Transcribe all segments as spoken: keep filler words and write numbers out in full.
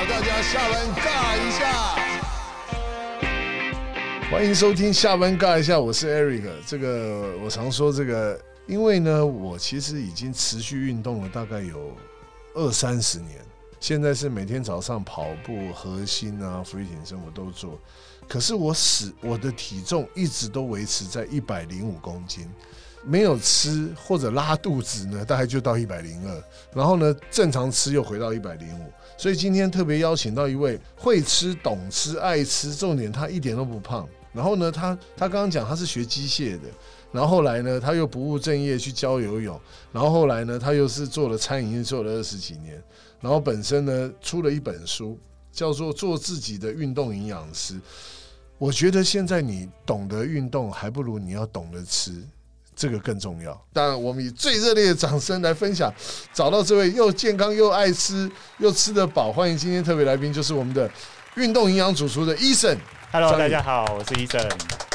大家下班尬一下。欢迎收听下班尬一下，我是 Eric。这个我常说这个，因为呢，我其实已经持续运动了大概有二三十年，现在是每天早上跑步、核心啊、俯卧撑我都做，可是我使我的体重一直都维持在一百零五公斤。没有吃或者拉肚子呢，大概就到一百零二，然后呢，正常吃又回到一百零五。所以今天特别邀请到一位会吃、懂吃、爱吃，重点他一点都不胖。然后呢，他他刚刚讲他是学机械的，然后后来呢，他又不务正业去教游泳，然后后来呢，他又是做了餐饮业做了二十几年，然后本身呢出了一本书，叫做《做自己的运动营养师》。我觉得现在你懂得运动，还不如你要懂得吃。这个更重要。当然，我们以最热烈的掌声来分享，找到这位又健康又爱吃又吃得饱。欢迎今天特别来宾，就是我们的运动营养主厨的医生。 Hello， 大家好，我是医生。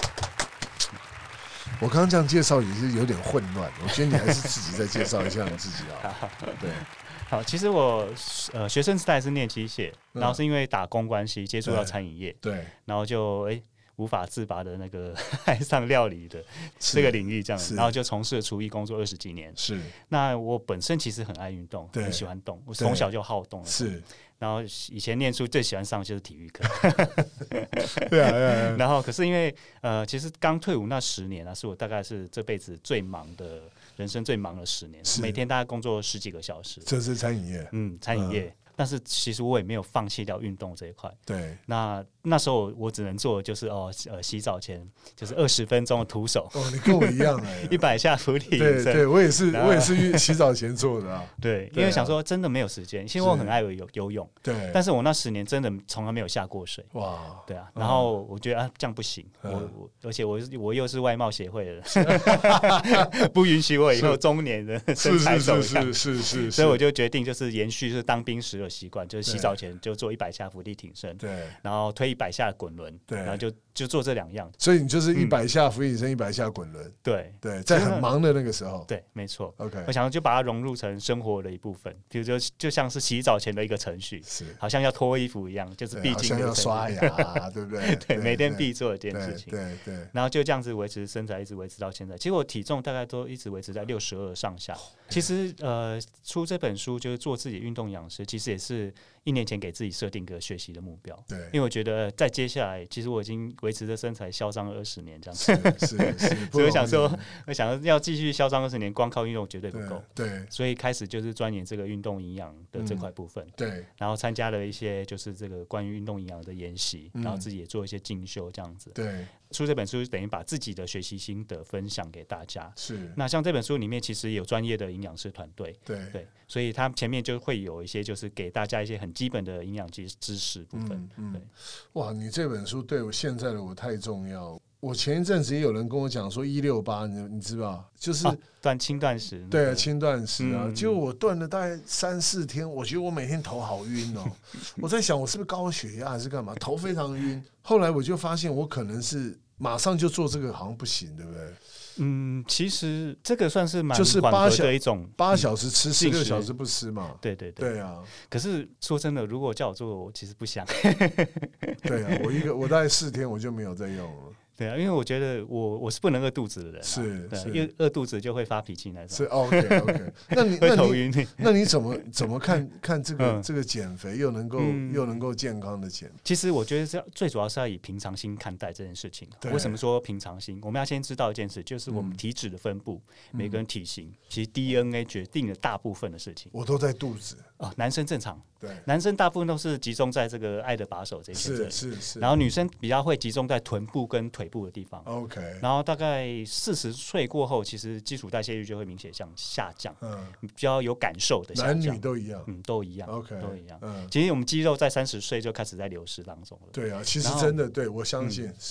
我刚刚这样介绍也是有点混乱，我觉得你还是自己再介绍一下你自己啊。对， 好，其实我呃学生时代是念机械，然后是因为打工关系接触到餐饮业， 对， 然后就哎。欸无法自拔的那个爱上料理的这个领域，这样，然后就从事了厨艺工作二十几年。是，那我本身其实很爱运动，很喜欢动，我从小就好动。是，然后以前念书最喜欢上就是体育课。 对啊，对啊。 然后可是因为呃，其实刚退伍那十年啊，是我大概是这辈子最忙的人生最忙的十年，每天大概工作十几个小时。 这是餐饮业， 嗯，餐饮业。嗯，但是其实我也没有放弃掉运动这一块。对，那那时候我只能做的就是哦，呃，洗澡前就是二十分钟的徒手。 哦，你跟我一样哎， 一百下俯卧撑。 对对，我也是，我也是洗澡前做的啊。 对，因为想说真的没有时间，因为我很爱游游泳。对，但是我那十年真的从来没有下过水。哇，对啊，然后我觉得啊，这样不行，我我而且我我又是外貌协会的人，不允许我以后中年的身材走向。是是是，所以我就决定就是延续是当兵时的习惯，就是洗澡前就做一百下伏地挺身，对，然后推一百下滚轮，对，然后就就做这两样。所以你就是一百下伏地挺身，一百下滚轮，对对，在很忙的那个时候， 对，没错。OK， 我想就把它融入成生活的一部分，比如说就像是洗澡前的一个程序，是好像要脱衣服一样，就是必经的， 要刷牙，对不对？ 对，每天必做的一件事情， 对对。 然后就这样子维持身材，一直维持到现在。其实我体重大概都一直维持在六十二上下。其实呃，出这本书就是做自己运动营养师，其实也是一年前给自己设定个学习的目标。对，因为我觉得在接下来，其实我已经维持着身材嚣张了二十年这样子。是是是，所以我想说，我想要继续嚣张二十年，光靠运动绝对不够。对，所以开始就是钻研这个运动营养的这块部分。嗯、对，然后参加了一些就是这个关于运动营养的研习，然后自己也做一些进修这样子。对。出这本书等于把自己的学习心得分享给大家。是，那像这本书里面其实有专业的营养师团队，对对，所以它前面就会有一些就是给大家一些很基本的营养知知识部分。嗯嗯、对， 哇，你这本书对我现在的我太重要。我前一阵子也有人跟我讲说一六八，你你知道，就是断轻断食， 对，轻断食啊。结果我断了大概三四天，我觉得我每天头好晕哦。我在想我是不是高血压还是干嘛，头非常晕。后来我就发现我可能是马上就做这个好像不行，对不对？ 嗯，其实这个算是蛮就是八小的一种， 八小时吃，四个小时不吃嘛。 对对对， 对啊。 可是说真的，如果叫我做，我其实不想。 对啊，我一个我大概四天我就没有再用了。 对啊，因为我觉得我我是不能饿肚子的人、啊，是，对，因为饿肚子就会发脾气那种。 是 OK OK， 那你会头晕，那你怎么怎么看看这个、嗯、这个减肥又能够、嗯、又能够健康的减？ 其实我觉得这最主要是要以平常心看待这件事情。为什么说平常心？我们要先知道一件事，就是我们体脂的分布，嗯、每个人体型，其实 D N A 决定了大部分的事情。 我都在肚子哦，男生正常。对，男生大部分都是集中在这个爱的把手这些，是是是，然后女生比较会集中在臀部跟腿部的地方。OK， 然后大概四十岁过后，其实基础代谢率就会明显向下降，嗯，比较有感受的下降。 男女都一样， 嗯，都一样 ，OK， 都一样。嗯，其实我们肌肉在三十岁就开始在流失当中了。 对啊，其实真的，对我相信、嗯、是。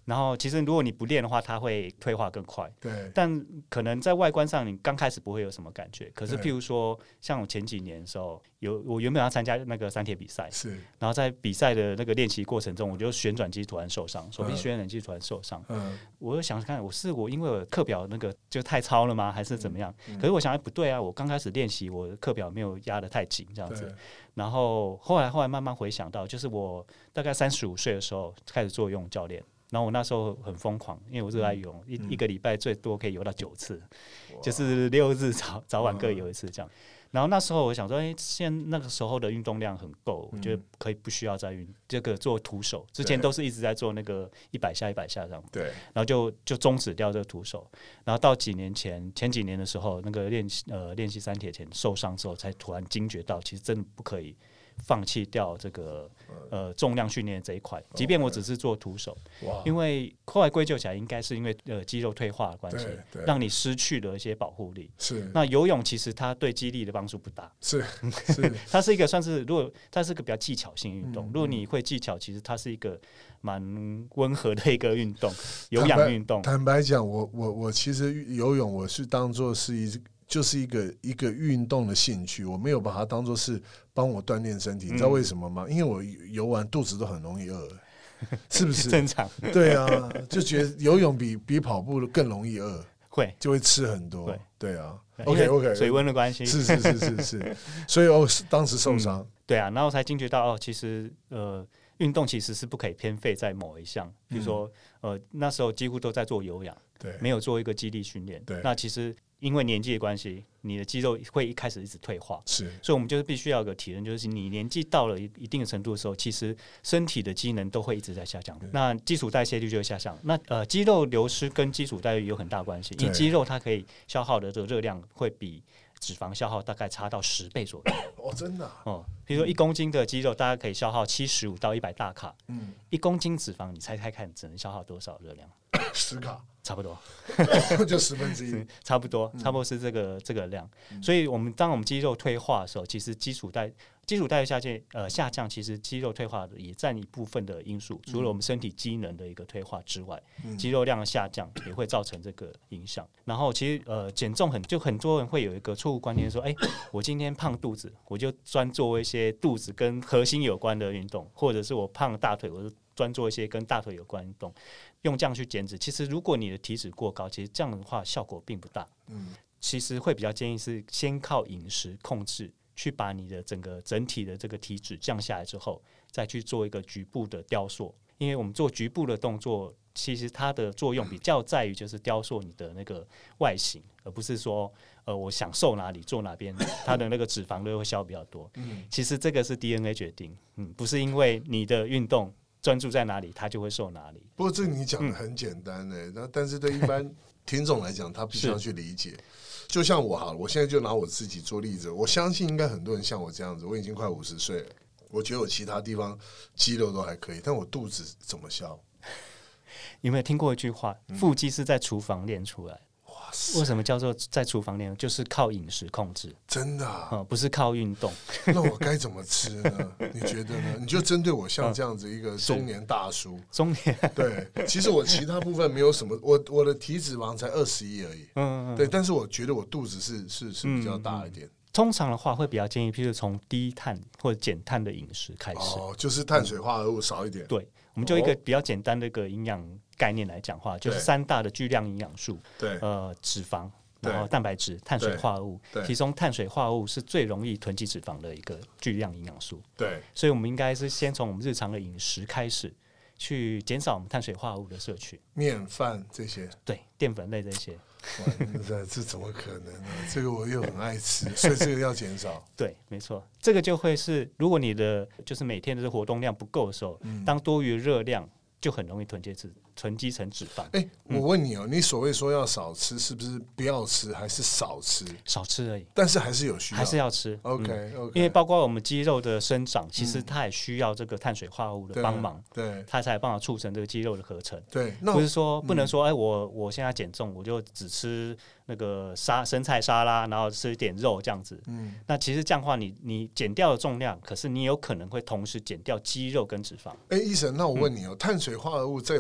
然后其实如果你不练的话，它会退化更快。 对， 但可能在外观上你刚开始不会有什么感觉，可是譬如说像我前几年的时候，有我原本要参加那个三铁比赛， 是， 然后在比赛的那个练习过程中，我就旋转肌突然受伤，手臂旋转肌突然受伤。嗯，我就想看，我是我因为我课表那个就太超了吗，还是怎么样？嗯嗯、可是我想，不对啊，我刚开始练习，我的课表没有压得太紧，这样子。然后后来后来慢慢回想到，就是我大概三十五岁的时候开始做游泳教练。然后我那时候很疯狂，因为我热爱游泳，一、嗯、一个礼拜最多可以游到九次，就是六日早早晚各游一次这样。然后那时候我想说，哎，现那个时候的运动量很够，我觉得可以不需要再运这个做徒手，之前都是一直在做那个一百下一百下这样。对。然后就就终止掉这个徒手，然后到几年前前几年的时候，那个练呃练习三铁前受伤之后，才突然惊觉到，其实真的不可以放弃掉这个呃重量训练这一块，即便我只是做徒手，因为后来归咎起来，应该是因为呃肌肉退化的关系，让你失去了一些保护力。是，那游泳其实它对肌力的帮助不大，是是，它是一个算是如果它是个比较技巧性运动，嗯、如果你会技巧，其实它是一个蛮温和的一个运动，有氧运动。 坦白讲，我我我其实游泳我是当做是一。就是一个一个运动的兴趣，我没有把它当作是帮我锻炼身体，你知道为什么吗？因为我游完肚子都很容易饿，是不是？ 正常。 对啊，就觉得游泳比比跑步更容易饿， 会就会吃很多。对啊 ，OK OK， 水温的关系， 是是是是是，所以哦，当时受伤、嗯， 对啊，然后才惊觉到哦，其实呃，运动其实是不可以偏废在某一项，比如说、嗯、呃，那时候几乎都在做有氧，对，没有做一个肌力训练，对，那其实。因为年纪的关系，你的肌肉会一开始一直退化，是，所以我们就是必须要有个体认，就是你年纪到了一定的程度的时候，其实身体的机能都会一直在下降，那基础代谢率就会下降。那呃，肌肉流失跟基础代谢率有很大关系，因为肌肉它可以消耗的这个热量会比脂肪消耗大概差到十倍左右。 哦，真的、啊？ 哦、嗯，比如说一公斤的肌肉，大概可以消耗七十五到一百大卡，嗯，一公斤脂肪，你猜猜看，只能消耗多少热量？ 十卡。 差不多， 就十分之一， 差不多，差不多是这个、嗯、这个量。所以，我们当我们肌肉退化的时候，其实基础代基础代谢下降，呃，下降，其实肌肉退化也占一部分的因素。除了我们身体机能的一个退化之外，嗯、肌肉量的下降也会造成这个影响。然后，其实呃，减重很就很多人会有一个错误观念，说，哎、欸，我今天胖肚子，我就专做一些肚子跟核心有关的运动，或者是我胖大腿，我就专做一些跟大腿有关的运动。用这样去减脂，其实如果你的体脂过高，其实这样的话效果并不大。嗯，其实会比较建议是先靠饮食控制，去把你的整个整体的这个体脂降下来之后，再去做一个局部的雕塑。因为我们做局部的动作，其实它的作用比较在于就是雕塑你的那个外形，而不是说呃我想瘦哪里做哪边，它的那个脂肪率会消比较多。嗯，其实这个是 D N A 决定，嗯，不是因为你的运动。专注在哪里，他就会瘦哪里。 不过这你讲的很简单诶、欸，那、嗯、但是对一般听众来讲，他必须要去理解。就像我好了，我现在就拿我自己做例子，我相信应该很多人像我这样子，我已经快五十岁了，我觉得我其他地方肌肉都还可以，但我肚子怎么消？ 有没有听过一句话？腹肌是在厨房练出来。为什么叫做在厨房练？就是靠饮食控制， 真的、啊嗯，不是靠运动。 那我该怎么吃呢？你觉得呢？你就针对我像这样子一个中年大叔， 中年对，其实我其他部分没有什么，我我的体脂肪才二十一而已，嗯, 嗯，对，但是我觉得我肚子是是是比较大一点。嗯嗯通常的话，会比较建议，譬如从低碳或者减碳的饮食开始， 哦，就是碳水化合物少一点。 嗯、对，我们就一个比较简单的一个营养概念来讲话，就是三大的巨量营养素，对，呃，脂肪。然后蛋白质、碳水化合物，其中碳水化合物是最容易囤积脂肪的一个巨量营养素。对，所以我们应该是先从我们日常的饮食开始，去减少我们碳水化合物的摄取， 面饭这些， 对，淀粉类这些。 哇，这这怎么可能呢？这个我又很爱吃，所以这个要减少。 对，没错，这个就会是，如果你的就是每天的活动量不够的时候，嗯、当多余的热量就很容易囤积脂。囤积成脂肪。 哎、欸，我问你哦、喔，嗯、你所谓说要少吃，是不是不要吃，还是少吃？ 少吃而已。 但是还是有需要， 还是要吃。 OK， 嗯、 OK。 因为包括我们肌肉的生长，其实它也需要这个碳水化合物的帮忙， 对， 它才有办法促成这个肌肉的合成。 对， 不是说不能说，哎、嗯欸，我我现在减重，我就只吃那个沙生菜沙拉，然后吃一点肉这样子。嗯，那其实这样的话你，你你减掉了重量，可是你有可能会同时减掉肌肉跟脂肪。 哎、欸，医生，那我问你哦、喔，嗯、碳水化合物在我们这种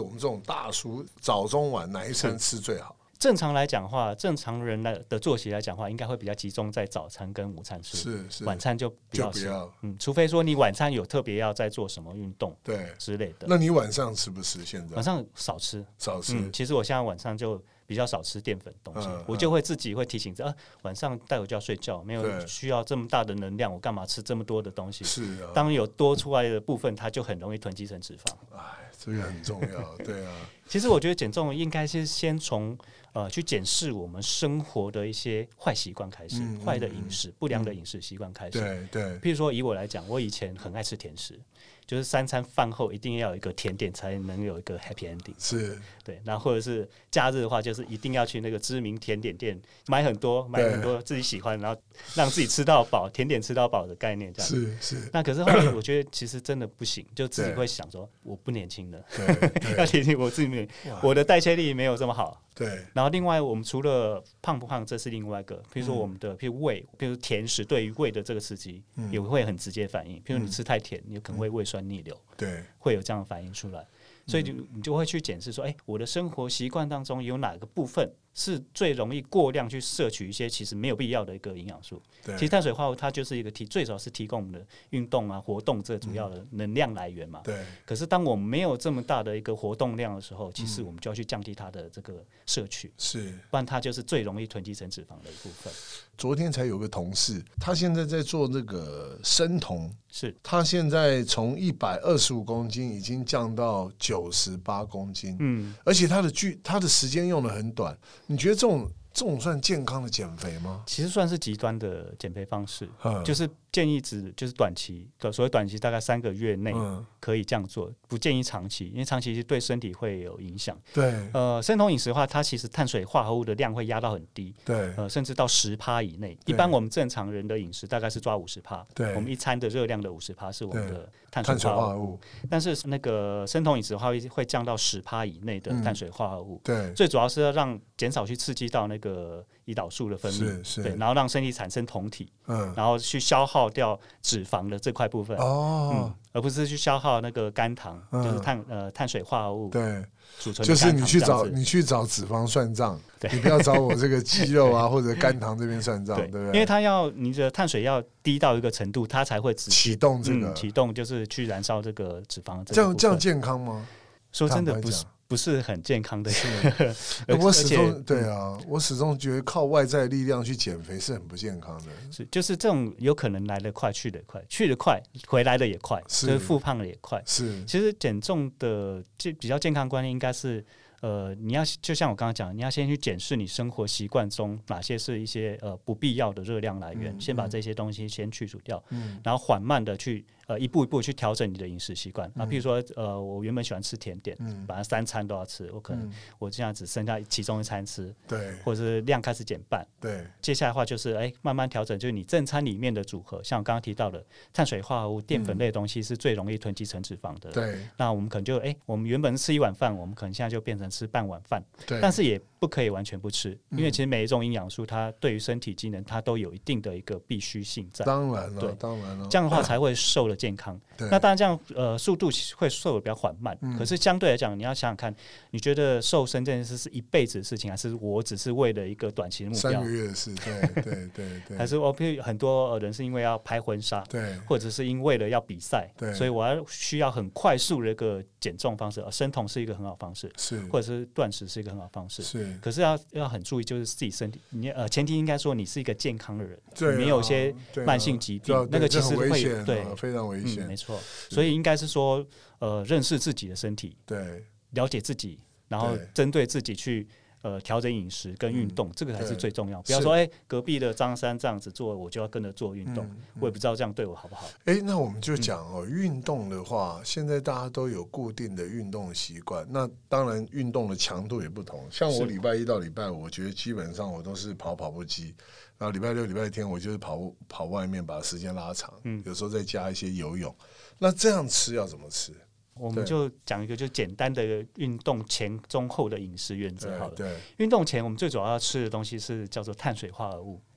大书，早中晚哪一餐吃最好？ 正常来讲话，正常人的作息来讲话，应该会比较集中在早餐跟午餐吃， 是是， 晚餐就比较少。 嗯，除非说你晚餐有特别要在做什么运动，对之类的。 那你晚上吃不吃？现在晚上少吃， 少吃。 嗯，其实我现在晚上就比较少吃淀粉东西，嗯、我就会自己会提醒着，啊，晚上待会就要睡觉，没有需要这么大的能量，我干嘛吃这么多的东西？ 是啊， 当有多出来的部分，它就很容易囤积成脂肪。 哎，这个很重要，对啊。 其实我觉得减重应该是先从呃去检视我们生活的一些坏习惯开始，坏、嗯、的饮食、嗯、不良的饮食习惯开始。 对对。 譬如说以我来讲，我以前很爱吃甜食。就是三餐饭后一定要有一个甜点才能有一个 happy ending， 是对，然后或者是假日的话，就是一定要去那个知名甜点店买很多，买很多自己喜欢，然后让自己吃到饱，甜点吃到饱的概念这样。 是是。 那可是后来我觉得其实真的不行，就自己会想说我不年轻了，要提醒我自己，我的代谢力没有这么好。 对。 然后另外我们除了胖不胖，这是另外一个，譬如说我们的譬如胃，譬如甜食对于胃的这个刺激、嗯、也会很直接反应，譬如你吃太甜，你可能会胃酸逆流， 对， 会有这样的反应出来，所以你就会去检视说，哎、欸，我的生活习惯当中有哪个部分是最容易过量去摄取一些其实没有必要的一个营养素。其实碳水化合物它就是一个提最早是提供我们的运动啊活动这主要的能量来源嘛。 对。 可是当我们没有这么大的一个活动量的时候，其实我们就要去降低它的这个摄取， 是， 不然它就是最容易囤积成脂肪的一部分。 昨天才有个同事，他现在在做那个生酮， 是他现在从一百二十五公斤已经降到九十八公斤，嗯，而且他的距他的时间用得很短。你觉得这种这种算健康的减肥吗？ 其实算是极端的减肥方式，就是建议只就是短期，所谓短期大概三个月内可以这样做，不建议长期，因为长期对身体会有影响。 对， 呃，生酮饮食的话，它其实碳水化合物的量会压到很低， 对， 呃，甚至到十趴以内。一般我们正常人的饮食大概是抓五十趴，对，我们一餐的热量的五十趴是我们的碳水化合物，但是那个生酮饮食的话会会降到十趴以内的碳水化合物， 嗯、对， 最主要是要让减少去刺激到那个胰岛素的分泌，对，然后让身体产生酮体，嗯，然后去消耗掉脂肪的这块部分，哦，嗯，而不是去消耗那个肝糖，嗯、就是碳呃碳水化合物， 对， 储存就是你去找你去找脂肪算账，你不要找我这个肌肉啊或者肝糖这边算账，对不对？ 因为它要你的碳水要低到一个程度，它才会启动这个启、嗯、动，就是去燃烧这个脂肪。 这样这样健康吗？ 说真的不是。不是很健康的， 我始终对啊，我始终觉得靠外在力量去减肥是很不健康的。 是，就是这种有可能来得快，去得快，去得快，回来的也快，是就是复胖的也快。 是， 其实减重的比较健康观念应该是。呃，你要就像我刚刚讲，你要先去检视你生活习惯中哪些是一些呃不必要的热量来源，嗯、先把这些东西先去除掉，嗯、然后缓慢的去呃一步一步去调整你的饮食习惯。嗯、啊，譬如说呃，我原本喜欢吃甜点，嗯、反正三餐都要吃，我可能、嗯、我这样只剩下其中一餐吃， 对， 或者是量开始减半， 对。 接下来的话就是哎、欸、慢慢调整，就是你正餐里面的组合，像我刚刚提到的碳水化合物、淀粉类的东西是最容易囤积成脂肪的， 对。 那我们可能就哎、欸，我们原本吃一碗饭，我们可能现在就变成吃半碗饭，但是也不可以完全不吃，因为其实每一种营养素它对于身体机能它都有一定的一个必须性在。 当然了，对，当然了， 这样的话才会瘦的健康。那当然这样呃速度会瘦的比较缓慢，嗯、可是相对来讲，你要想想看，你觉得瘦身这件事是一辈子的事情，还是我只是为了一个短期的目标？ 三个月的事，对对对对。 还是我譬如很多人是因为要拍婚纱，对，或者是因为了要比赛，对，所以我要需要很快速的一个减重方式，生酮是一个很好方式， 是， 或者是断食是一个很好方式， 是。 可是要要很注意，就是自己身体，你呃前提应该说你是一个健康的人，对、啊，没有一些慢性疾病， 啊、 那个其实会对、 对非常危险、 嗯，没错。所以应该是说呃认识自己的身体， 对， 了解自己，然后针对自己去。呃，调整饮食跟运动、嗯，这个才是最重要。不要说，哎、欸，隔壁的张三这样子做，我就要跟着做运动、嗯嗯。我也不知道这样对我好不好。 哎、欸，那我们就讲哦，运、嗯、动的话，现在大家都有固定的运动习惯。那当然，运动的强度也不同。像我礼拜一到礼拜五，我觉得基本上我都是跑跑步机。然后礼拜六、礼拜天，我就是跑跑外面，把时间拉长。嗯，有时候再加一些游泳。那这样吃要怎么吃？ 我们就讲一个就简单的运动前、中、后的饮食原则好了。 对， 运动前我们最主要要吃的东西是叫做碳水化合物，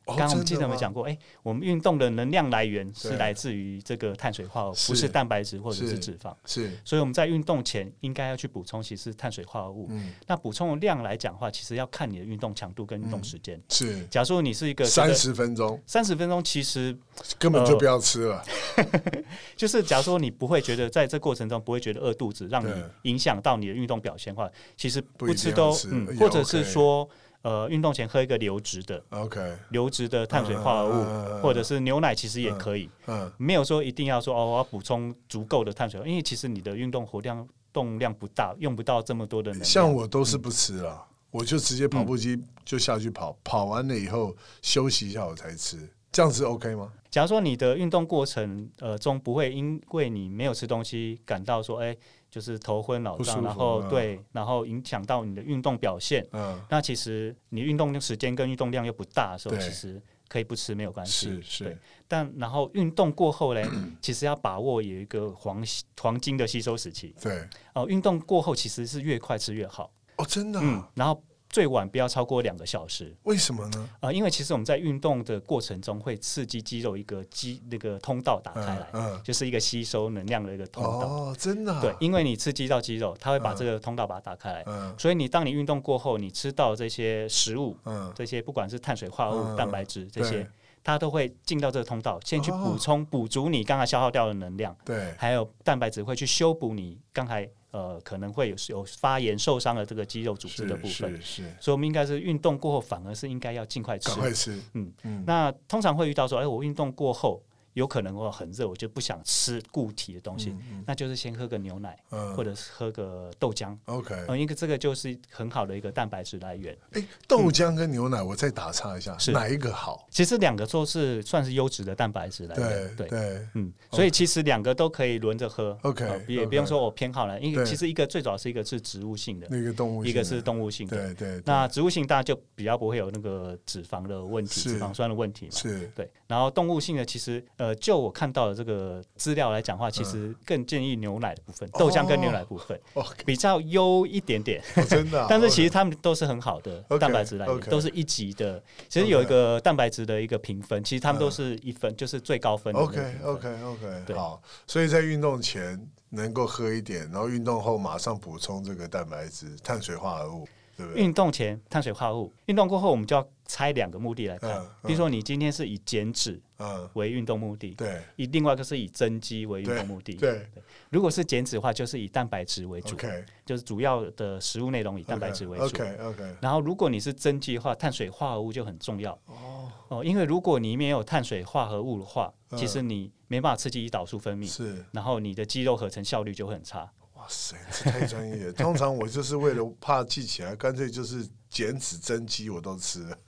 刚刚我们记得有没有讲过？ 过？哎、欸，我们运动的能量来源是来自于这个碳水化合物，不是蛋白质或者是脂肪。 是， 所以我们在运动前应该要去补充，其实碳水化合物。嗯、那补充的量来讲的话，其实要看你的运动强度跟运动时间、嗯。是，假如你是一个三十分钟， 三十分钟其实根本就不要吃了。 呃、就是假如说你不会觉得在这过程中不会觉得饿肚子，让你影响到你的运动表现的话，其实不吃都嗯，或者是说。呃，运动前喝一个流质的 ，OK， 流质的碳水化合物，嗯、或者是牛奶，其实也可以。嗯，嗯没有说一定要说哦，我要补充足够的碳水，因为其实你的运动活量动量不大，用不到这么多的能量。 像我都是不吃啦，嗯、我就直接跑步机就下去跑，嗯、跑完了以后休息一下我才吃，这样子 OK 吗？ 假如说你的运动过程呃中不会因为你没有吃东西感到说，哎、欸。就是头昏脑胀，然后、嗯、对，然后影响到你的运动表现。嗯，那其实你运动时间跟运动量又不大的时候，其实可以不吃没有关系。是是。但然后运动过后呢，其实要把握有一个黄黄金的吸收时期。对。哦、呃，运动过后其实是越快吃越好。 哦，真的、啊。 嗯，然后。最晚不要超过两个小时。 为什么呢？ 呃，因为其实我们在运动的过程中会刺激肌肉一个肌那个通道打开来，嗯嗯、就是一个吸收能量的一个通道。 哦，真的、啊。 对，因为你刺激到肌肉，它会把这个通道把它打开来。嗯、所以你当你运动过后，你吃到这些食物，嗯、这些不管是碳水化合物、嗯、蛋白质这些，它都会进到这个通道，先去补充补足你刚才消耗掉的能量。对，还有蛋白质会去修补你刚才。呃，可能会有有发炎受伤的这个肌肉组织的部分，是是是所以我们应该是运动过后，反而是应该要尽快吃， 赶快吃。 嗯嗯。那通常会遇到说，哎、欸，我运动过后有可能我很热，我就不想吃固体的东西，嗯嗯、那就是先喝个牛奶，嗯、或者是喝个豆浆。OK， 呃，因为这个就是很好的一个蛋白质来源。 哎、欸，豆浆跟牛奶，我再打岔一下，是哪一个好？ 其实两个都是算是优质的蛋白质来源。对对对，嗯， okay. 所以其实两个都可以轮着喝。OK， 呃、也不用说我偏好了，因为其实一个最主要是一个是植物性的， 那个动物性的， 一个是动物性的。 对 对, 对。 那植物性大家就比较不会有那个脂肪的问题，脂肪酸的问题嘛。是。对。然后动物性的其实呃，就我看到的这个资料来讲的话，其实更建议牛奶的部分，嗯、豆浆跟牛奶的部分、哦、比较优一点点。 哦、真的、啊。 但是其实他们都是很好的蛋白质来源， okay, okay, 都是一级的。其實有一個蛋白質的一個評分，其實他們都是一分，嗯、就是最高分的。 OK OK OK， 好，所以在運動前能夠喝一點，然後運動後馬上補充這個蛋白質、碳水化合物，對不對？ 運動前碳水化合物，運動過後我們就要拆兩個目的來看，嗯嗯、比如說你今天是以減脂為運動目的，對、嗯，另外一個是以增肌為運動目的，對。對對，如果是減脂的話，就是以蛋白質為主。Okay，就是主要的食物內容以蛋白質為主。 OK OK。 然後如果你是增肌的話，碳水化合物就很重要。哦哦，因為如果你沒有碳水化合物的話，嗯、其實你沒辦法刺激胰島素分泌，是，然後你的肌肉合成效率就會很差。 哇塞，這太專業了。通常我就是為了怕記起來，乾脆就是減脂增肌我都吃了。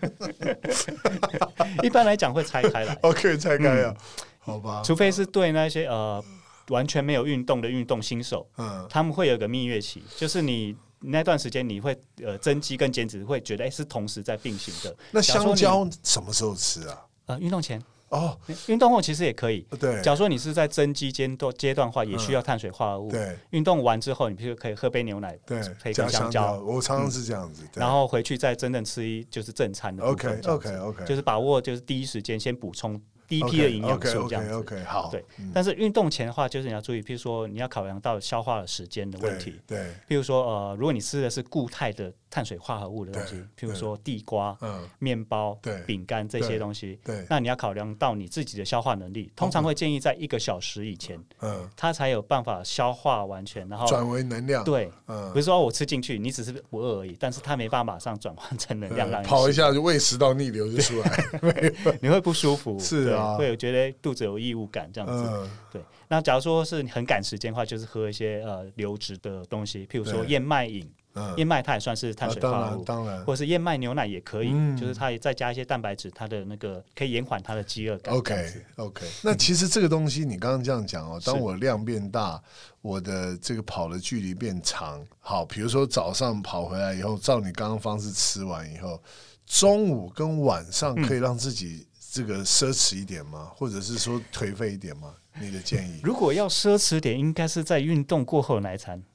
一般來講會拆開來。 OK， 拆開啊、嗯，好吧。 除非是對那些呃完全沒有運動的運動新手，嗯，他們會有個蜜月期，就是你那段時間你會呃增肌跟減脂會覺得哎、欸、是同時在並行的。 那香蕉什麼時候吃啊？ 呃，運動前。哦，運動後其實也可以。對，假如說你是在增肌階段階段的話，也需要碳水化合物。對，運動完之後，你譬如可以喝杯牛奶，對，配個香蕉。 我常常是這樣子。嗯、 然後回去再真正吃一就是正餐的部分。OK OK OK， 就是把握就是第一時間先補充第一批的營養素這樣子。OK OK OK， 好。對，嗯、但是運動前的話，就是你要注意，譬如說你要考量到消化的時間的問題。對。譬如說呃，如果你吃的是固態的碳水化合物的東西，譬如說地瓜、嗯、麵包、餅乾這些東西，那你要考量到你自己的消化能力，通常會建議在一個小時以前，嗯，它才有辦法消化完全，然後轉為能量。 對，嗯，不是說我吃進去，你只是不餓而已，但是它沒辦法馬上轉換成能量讓你、嗯、 跑一下就胃食道逆流就出來， 你會不舒服， 是啊， 會有覺得肚子有異物感這樣子，嗯、對。那假如說是很趕時間的話，就是喝一些呃流質的東西，譬如說燕麥飲。燕麥它也算是碳水化合物，啊、當然當然，或者是燕麥牛奶也可以，嗯、就是它也再加一些蛋白質，它的那個可以延緩它的飢餓感。 OK OK， 那其實這個東西你剛剛這樣講哦，當我量變大，我的這個跑的距離變長，好，比如說早上跑回來以後，照你剛剛方式吃完以後，中午跟晚上可以讓自己這個奢侈一點嗎？或者是說頹廢一點嗎？你的建議？ 如果要奢侈點，應該是在運動過後來餐。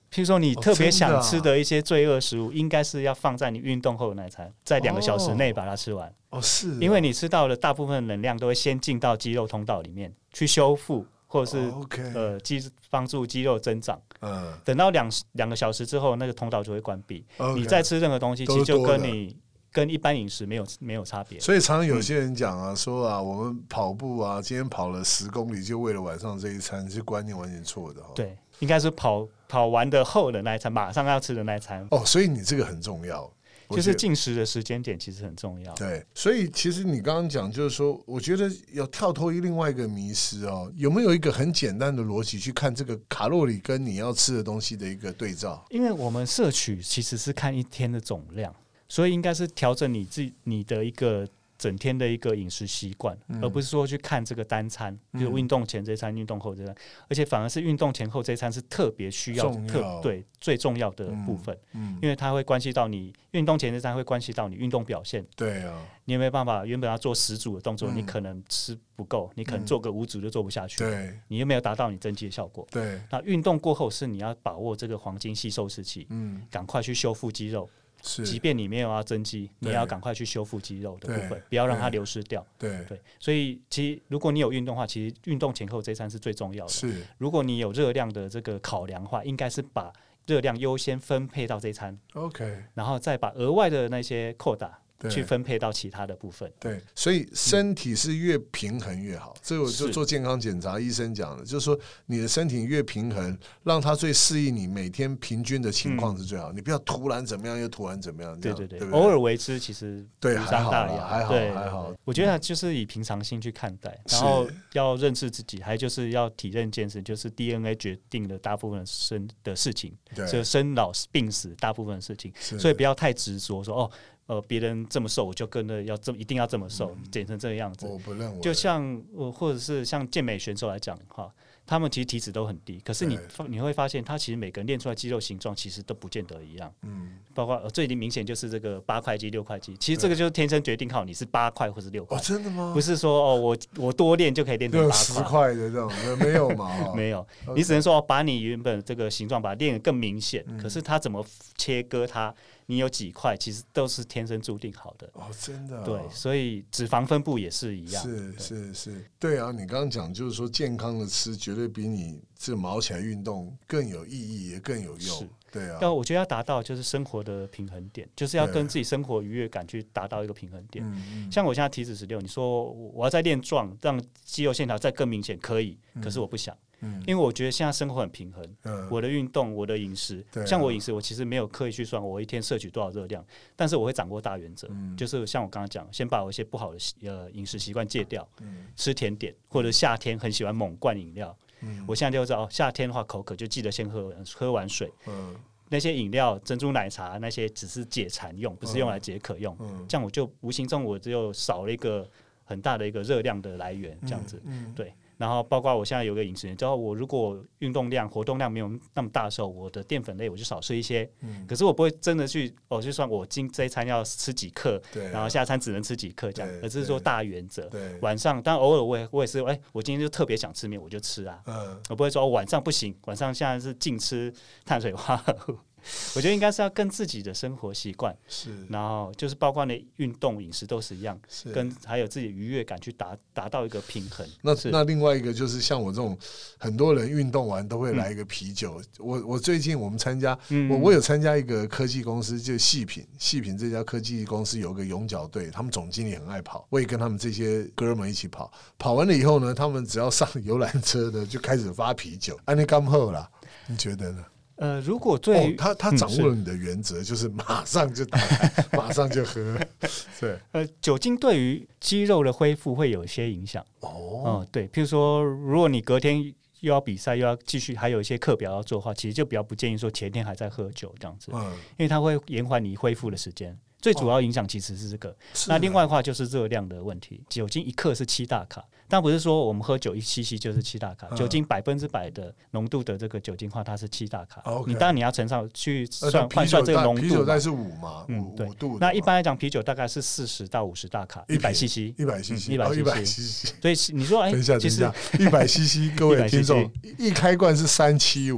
譬如说你特别想吃的一些罪恶食物，哦啊、应该是要放在你运动后的那一餐，在两个小时内把它吃完。 哦，是、啊， 因为你吃到的大部分能量都会先进到肌肉通道里面去修复，或者是、 哦 okay、 呃肌帮助肌肉增长。 嗯， 等到两两个小时之后，那个通道就会关闭。 Okay、 你再吃任何东西，其实就跟你跟一般饮食没有没有差别。 所以常常有些人讲啊，嗯、说啊，我们跑步啊，今天跑了十公里，就为了晚上这一餐，是观念完全错的、哦。 对，应该是跑跑完的后的那一餐，马上要吃的那一餐。 哦，所以你这个很重要。 就是进食的时间点其实很重要。 对，所以其实你刚刚讲就是说，我觉得要跳脱另外一个迷思哦，有没有一个很简单的逻辑去看这个卡路里跟你要吃的东西的一个对照？ 因为我们摄取其实是看一天的总量，所以应该是调整你自己你的一个整天的一个饮食习惯，嗯、而不是说去看这个单餐，嗯、就是运动前这餐、运动后这餐，而且反而是运动前后这餐是特别需要、 要特对最重要的部分，嗯嗯、因为它会关系到你运动前这餐会关系到你运动表现。 对啊， 你有没有办法？原本要做十组的动作，嗯、你可能吃不够，你可能做个五组就做不下去。对，你有没有达到你增肌的效果？对，那运动过后是你要把握这个黄金吸收时期，嗯，赶快去修复肌肉。即便你没有要增肌，你也要赶快去修复肌肉的部分，不要让它流失掉。对对，所以其实如果你有运动的话，其实运动前后这一餐是最重要的。是，如果你有热量的这个考量的话，应该是把热量优先分配到这一餐 ，OK， 然后再把额外的那些扣打去分配到其他的部分。 对，所以身体是越平衡越好。嗯、这我就做健康检查，医生讲的，就是说你的身体越平衡，让它最适应你每天平均的情况是最好。嗯、你不要突然怎么样又突然怎么样。 对对对， 对偶尔为之其实对无伤大雅， 还好对还好。 我觉得就是以平常心去看待，然后要认识自己，还就是要体认健身，就是 D N A 决定了大部分生的事情，就生老病死大部分的事情，所以不要太执着说哦。呃，别人这么瘦，我就跟着要这么一定要这么瘦，减、嗯、成这个样子。 我不认为。 就像呃，或者是像健美选手来讲哈，他们其实体脂都很低，可是你你会发现，他其实每个人练出来肌肉形状其实都不见得一样。嗯。包括、呃、最明显就是这个八块肌、六块肌，其实这个就是天生决定好你是八块或是六块。 哦，真的吗？ 不是说哦，我我多练就可以练成八块、 十块的这种，没有嘛？ 没有，你只能说、哦、把你原本这个形状把它练得更明显，嗯、可是它怎么切割它？你有几块，其实都是天生注定好的哦，真的、哦。 对，所以脂肪分布也是一样。 是是是，对啊，你刚刚讲就是说健康的吃，绝对比你这毛起来运动更有意义，也更有用。对啊， 要我觉得要达到就是生活的平衡点，就是要跟自己生活愉悦感去达到一个平衡点。嗯、像我现在体脂十六，你说我要再练壮，让肌肉线条再更明显，可以，可是我不想。嗯、因为我觉得现在生活很平衡，嗯、我的运动、我的饮食，啊、像我饮食，我其实没有刻意去算我一天摄取多少热量，但是我会掌握大原则，嗯、就是像我刚刚讲，先把我一些不好的呃饮食习惯戒掉，嗯、吃甜点，或者夏天很喜欢猛灌饮料，嗯、我现在就知道，哦，夏天的话口渴就记得先喝喝完水。嗯，那些饮料、珍珠奶茶那些只是解馋用，不是用来解渴用。嗯、这样我就无形中我只有少了一个很大的一个热量的来源，这样子，嗯嗯、对。然后包括我现在有个饮食，你知道我如果运动量、活动量没有那么大的时候，我的淀粉类我就少吃一些。嗯、可是我不会真的去，哦，就算我今这一餐要吃几克，然后下餐只能吃几克这样，而是说大原则。晚上，当然偶尔我也我也是，哎，我今天就特别想吃面，我就吃啊。嗯、我不会说、哦、晚上不行，晚上现在是禁吃碳水化合物。我觉得应该是要跟自己的生活习惯，是，然后就是包括你运动、饮食都是一样，是，跟还有自己的愉悦感去达达到一个平衡。 那那另外一个就是像我这种很多人运动完都会来一个啤酒。嗯、我我最近我们参加，嗯、我我有参加一个科技公司，就细品细品这家科技公司有个泳脚队，他们总经理很爱跑，我也跟他们这些哥们一起跑。跑完了以后呢，他们只要上游览车的就开始发啤酒，安尼刚好啦，你觉得呢？ 呃，如果对、 哦、他他掌握了你的原则，嗯、是就是马上就打开，马上就喝。对， 呃，酒精对于肌肉的恢复会有一些影响。哦，嗯，对，譬如说，如果你隔天又要比赛，又要继续，还有一些课表要做的话，其实就比较不建议说前天还在喝酒这样子，嗯、因为它会延缓你恢复的时间。最主要影响其实是这个，哦、那另外的话就是热量的问题。酒精一克是七大卡，但不是说我们喝酒一 C C 就是七大卡，嗯、酒精百分之百的浓度的这个酒精化它是七大卡。哦 okay、你当然你要乘上去算换算这个浓度嘛， 啤酒大概是五嘛， 嗯， 五度的嘛。 那一般来讲，啤酒大概是四十到五十大卡，一百 C C， 一百 C C， 一百 C C。所以你说，哎， 等一下，等一下，一百 C C， 各位听众，一开罐是三七五。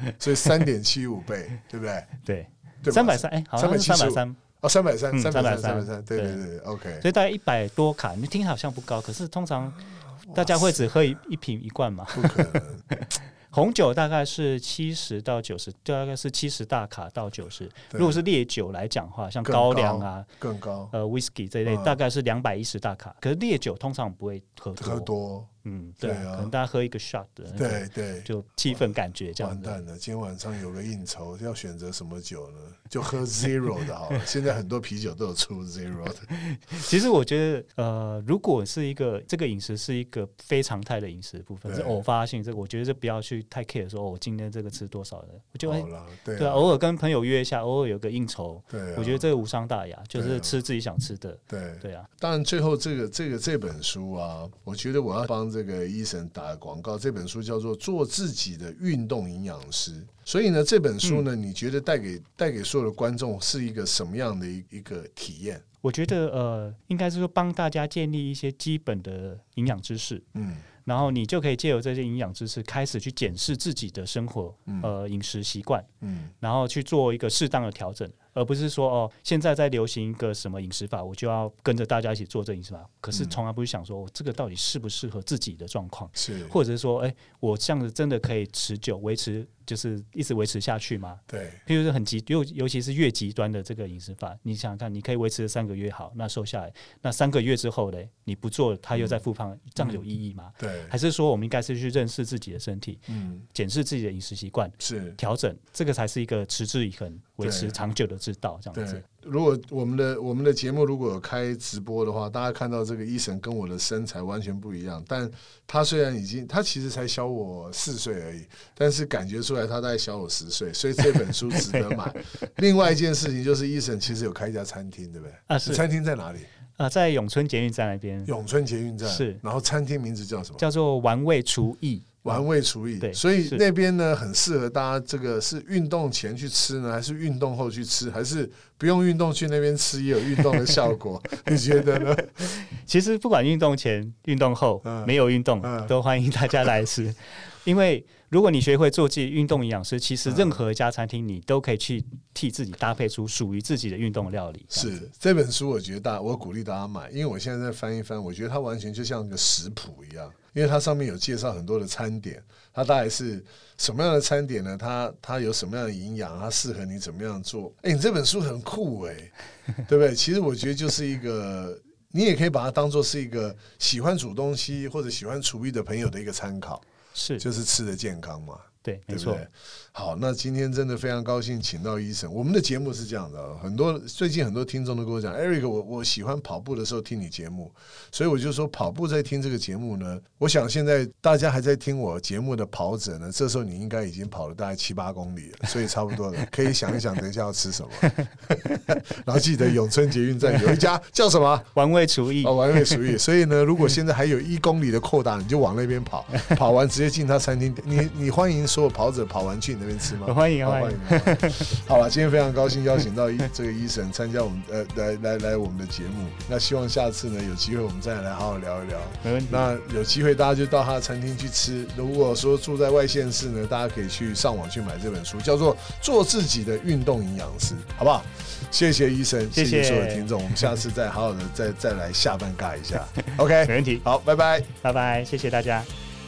所以三点七五倍，对不对？ 对，三百三，哎，好像是三百三。 哦，三百三， 三百三， 三百三，对对对 ，OK。 所以大概一百多卡，你听起来好像不高，可是通常大家会只喝一一瓶一罐嘛？ 不可能。 红酒大概是七十到九十，大概是七十大卡到九十。如果是烈酒来讲的话，像高粱啊， 更高， 呃 ，whisky 这一类，大概是两百一十大卡。可是烈酒通常不会喝多， 喝多。 嗯，对，可能大家喝一个 shot 的， 对对， 就气氛感觉这样。 完蛋了，今天晚上有个应酬，要选择什么酒呢？就喝 zero 的好了。现在很多啤酒都有出 zero 的。 其实我觉得，呃，如果是一个这个饮食是一个非常态的饮食部分，是偶发性，这个我觉得这不要去太 care 说，哦，我今天这个吃多少的，我觉得对对啊，偶尔跟朋友约一下，偶尔有个应酬， 对， 我觉得这个无伤大雅，就是吃自己想吃的。 对对啊， 当然最后这个这个这本书啊，我觉得我要帮这个医生打广告，这本书叫做《做自己的运动营养师》。所以呢，这本书呢，你觉得带给带给所有的观众是一个什么样的一一个体验？ 我觉得呃，应该是说帮大家建立一些基本的营养知识，嗯，然后你就可以借由这些营养知识开始去检视自己的生活，嗯、呃，饮食习惯，嗯，然后去做一个适当的调整。而不是说哦，现在在流行一个什么饮食法，我就要跟着大家一起做这饮食法。可是从来不是想说，哦，这个到底适不适合自己的状况， 是， 或者是说，哎、欸，我这样子真的可以持久维持，就是一直维持下去吗？ 对， 譬如说很极，尤尤其是越极端的这个饮食法，你想想看，你可以维持三个月好，那瘦下来，那三个月之后呢，你不做，它又在复胖，嗯、这样有意义吗？ 对， 还是说我们应该是去认识自己的身体，嗯，检视自己的饮食习惯， 是调整，这个才是一个持之以恒、维持长久的之道，这样子。 如果我们的我们的节目如果有开直播的话，大家看到这个医生跟我的身材完全不一样，但他虽然已经他其实才小我四岁而已，但是感觉出来他大概小我十岁，所以这本书值得买。另外一件事情就是医生其实有开一家餐厅，对不对？ 啊，是。 餐厅在哪里？ 啊，在永春捷运站那边。 永春捷运站是。 然后餐厅名字叫什么？ 叫做玩味厨艺。 玩味厨艺， 对， 所以那边呢很适合大家。这个是运动前去吃呢，还是运动后去吃，还是不用运动去那边吃也有运动的效果？你觉得呢？ 其实不管运动前、运动后，嗯、没有运动、嗯、都欢迎大家来吃，因为如果你学会做自己运动营养师，其实任何一家餐厅你都可以去替自己搭配出属于自己的运动料理。 是这本书，我觉得大，我鼓励大家买，因为我现在在翻一翻，我觉得它完全就像个食谱一样。因为它上面有介绍很多的餐点，它大概是什么样的餐点呢？它它有什么样的营养？它适合你怎么样做？哎、欸，你这本书很酷哎、欸，对不对？其实我觉得就是一个，你也可以把它当作是一个喜欢煮东西或者喜欢厨艺的朋友的一个参考， 是， 就是吃的健康嘛。 对，没错。 好，那今天真的非常高兴请到医生。我们的节目是这样的，很多最近很多听众都跟我讲 ，Eric， 我我喜欢跑步的时候听你节目，所以我就说跑步在听这个节目呢。我想现在大家还在听我节目的跑者呢，这时候你应该已经跑了大概七八公里了，所以差不多了，可以想一想等一下要吃什么。然后记得永春捷运站有一家叫什么玩味厨艺哦，玩味厨艺。所以呢，如果现在还有一公里的扣打，你就往那边跑，跑完直接进他餐厅。你你欢迎所有跑者跑完去你那边吃吗？ 欢迎欢迎。 好了，今天非常高兴邀请到这个医生参加我们呃来来来我们的节目。那希望下次呢有机会我们再来好好聊一聊。 没问题。 那有机会大家就到他的餐厅去吃。如果说住在外县市呢，大家可以去上网去买这本书，叫做《做自己的运动营养师》，好不好？谢谢医生， 谢谢所有的听众，我们下次再好好的再再来下班尬一下。OK， 没问题。 好，拜拜， 拜拜，谢谢大家。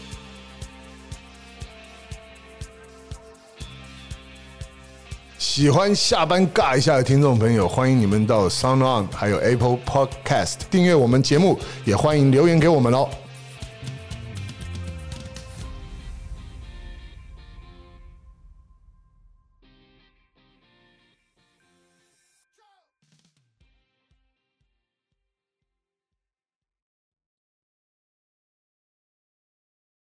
喜欢下班尬一下的听众朋友，欢迎你们到 SoundOn 还有 Apple Podcast 订阅我们节目，也欢迎留言给我们哦。